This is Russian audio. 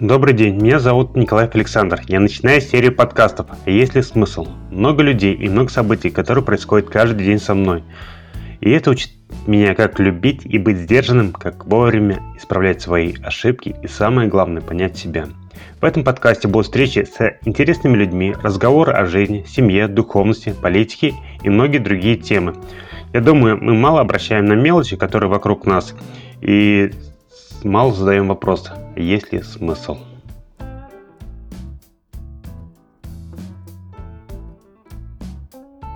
Добрый день, меня зовут Николаев Александр. Я начинаю серию подкастов «Есть ли смысл?». Много людей и много событий, которые происходят каждый день со мной. И это учит меня, как любить и быть сдержанным, как вовремя исправлять свои ошибки и, самое главное, понять себя. В этом подкасте будут встречи с интересными людьми, разговоры о жизни, семье, духовности, политике и многие другие темы. Я думаю, мы мало обращаем на мелочи, которые вокруг нас, и мало задаем вопрос, есть ли смысл.